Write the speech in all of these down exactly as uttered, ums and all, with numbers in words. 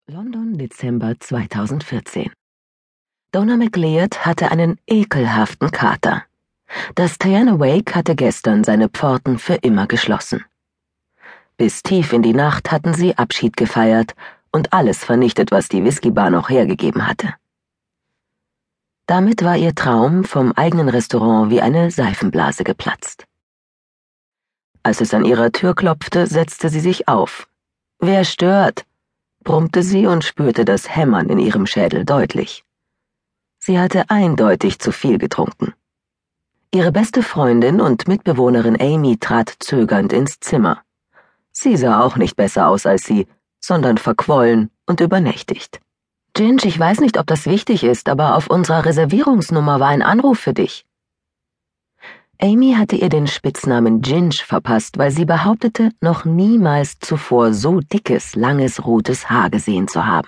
London, Dezember zweitausendvierzehn. Donna McLeod hatte einen ekelhaften Kater. Das Diana Wake hatte gestern seine Pforten für immer geschlossen. Bis tief in die Nacht hatten sie Abschied gefeiert und alles vernichtet, was die Whiskybar noch hergegeben hatte. Damit war ihr Traum vom eigenen Restaurant wie eine Seifenblase geplatzt. Als es an ihrer Tür klopfte, setzte sie sich auf. »Wer stört?« brummte sie und spürte das Hämmern in ihrem Schädel deutlich. Sie hatte eindeutig zu viel getrunken. Ihre beste Freundin und Mitbewohnerin Amy trat zögernd ins Zimmer. Sie sah auch nicht besser aus als sie, sondern verquollen und übernächtigt. »Ginge, ich weiß nicht, ob das wichtig ist, aber auf unserer Reservierungsnummer war ein Anruf für dich.« Amy hatte ihr den Spitznamen Ginge verpasst, weil sie behauptete, noch niemals zuvor so dickes, langes, rotes Haar gesehen zu haben.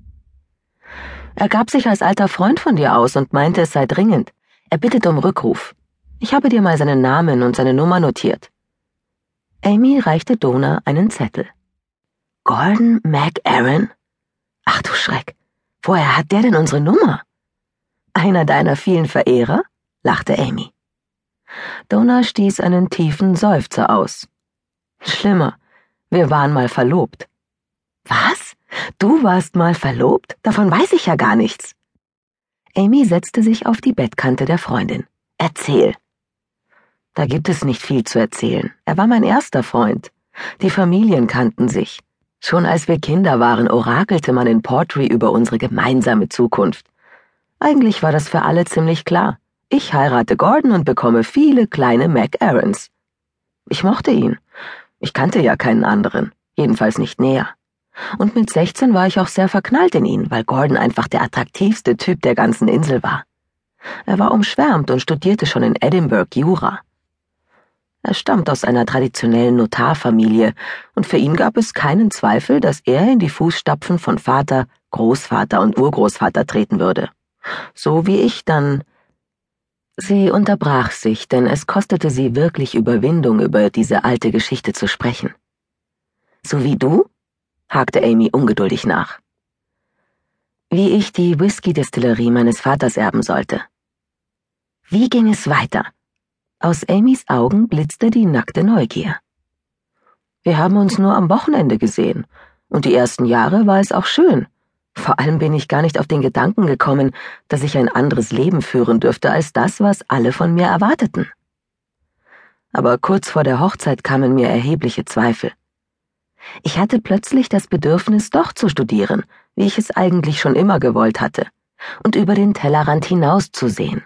Er gab sich als alter Freund von dir aus und meinte, es sei dringend. Er bittet um Rückruf. Ich habe dir mal seinen Namen und seine Nummer notiert. Amy reichte Donna einen Zettel. Gordon McAaron? Ach du Schreck, woher hat der denn unsere Nummer? Einer deiner vielen Verehrer? Lachte Amy. Donna stieß einen tiefen Seufzer aus. Schlimmer, wir waren mal verlobt. Was? Du warst mal verlobt? Davon weiß ich ja gar nichts. Amy setzte sich auf die Bettkante der Freundin. Erzähl. Da gibt es nicht viel zu erzählen. Er war mein erster Freund. Die Familien kannten sich. Schon als wir Kinder waren, orakelte man in Portree über unsere gemeinsame Zukunft. Eigentlich war das für alle ziemlich klar. Ich heirate Gordon und bekomme viele kleine McAarons. Ich mochte ihn. Ich kannte ja keinen anderen, jedenfalls nicht näher. Und mit sechzehn war ich auch sehr verknallt in ihn, weil Gordon einfach der attraktivste Typ der ganzen Insel war. Er war umschwärmt und studierte schon in Edinburgh Jura. Er stammt aus einer traditionellen Notarfamilie, und für ihn gab es keinen Zweifel, dass er in die Fußstapfen von Vater, Großvater und Urgroßvater treten würde. So wie ich dann... Sie unterbrach sich, denn es kostete sie wirklich Überwindung, über diese alte Geschichte zu sprechen. »So wie du?« hakte Amy ungeduldig nach. »Wie ich die Whisky-Destillerie meines Vaters erben sollte.« Wie ging es weiter? Aus Amys Augen blitzte die nackte Neugier. »Wir haben uns nur am Wochenende gesehen, und die ersten Jahre war es auch schön. Vor allem bin ich gar nicht auf den Gedanken gekommen, dass ich ein anderes Leben führen dürfte als das, was alle von mir erwarteten. Aber kurz vor der Hochzeit kamen mir erhebliche Zweifel. Ich hatte plötzlich das Bedürfnis, doch zu studieren, wie ich es eigentlich schon immer gewollt hatte, und über den Tellerrand hinauszusehen.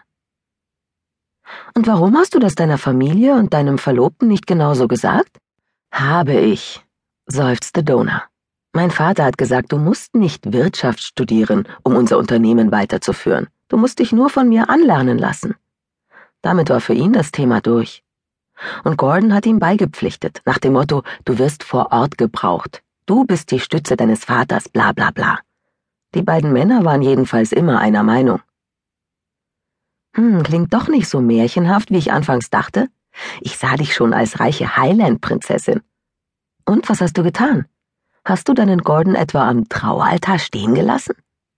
Und warum hast du das deiner Familie und deinem Verlobten nicht genauso gesagt? Habe ich, seufzte Donna. Mein Vater hat gesagt, du musst nicht Wirtschaft studieren, um unser Unternehmen weiterzuführen. Du musst dich nur von mir anlernen lassen. Damit war für ihn das Thema durch. Und Gordon hat ihm beigepflichtet, nach dem Motto, du wirst vor Ort gebraucht. Du bist die Stütze deines Vaters, bla bla bla. Die beiden Männer waren jedenfalls immer einer Meinung. Hm, klingt doch nicht so märchenhaft, wie ich anfangs dachte. Ich sah dich schon als reiche Highland-Prinzessin. Und was hast du getan? Hast du deinen Gordon etwa am Traualtar stehen gelassen?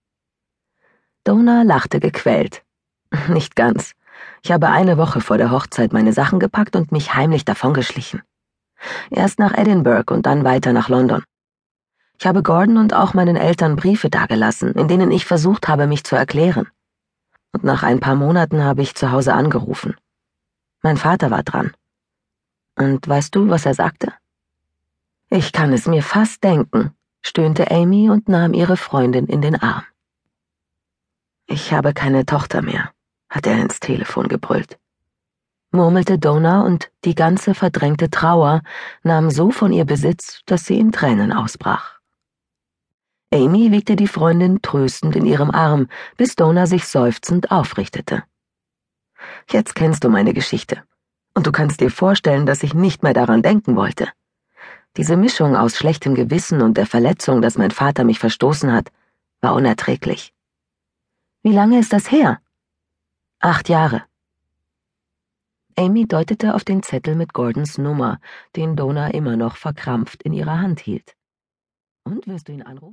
Donna lachte gequält. Nicht ganz. Ich habe eine Woche vor der Hochzeit meine Sachen gepackt und mich heimlich davongeschlichen. Erst nach Edinburgh und dann weiter nach London. Ich habe Gordon und auch meinen Eltern Briefe dagelassen, in denen ich versucht habe, mich zu erklären. Und nach ein paar Monaten habe ich zu Hause angerufen. Mein Vater war dran. Und weißt du, was er sagte? Ich kann es mir fast denken, stöhnte Amy und nahm ihre Freundin in den Arm. Ich habe keine Tochter mehr, hat er ins Telefon gebrüllt. Murmelte Donna, und die ganze verdrängte Trauer nahm so von ihr Besitz, dass sie in Tränen ausbrach. Amy wiegte die Freundin tröstend in ihrem Arm, bis Donna sich seufzend aufrichtete. Jetzt kennst du meine Geschichte, und du kannst dir vorstellen, dass ich nicht mehr daran denken wollte. Diese Mischung aus schlechtem Gewissen und der Verletzung, dass mein Vater mich verstoßen hat, war unerträglich. Wie lange ist das her? Acht Jahre. Amy deutete auf den Zettel mit Gordons Nummer, den Donna immer noch verkrampft in ihrer Hand hielt. Und wirst du ihn anrufen?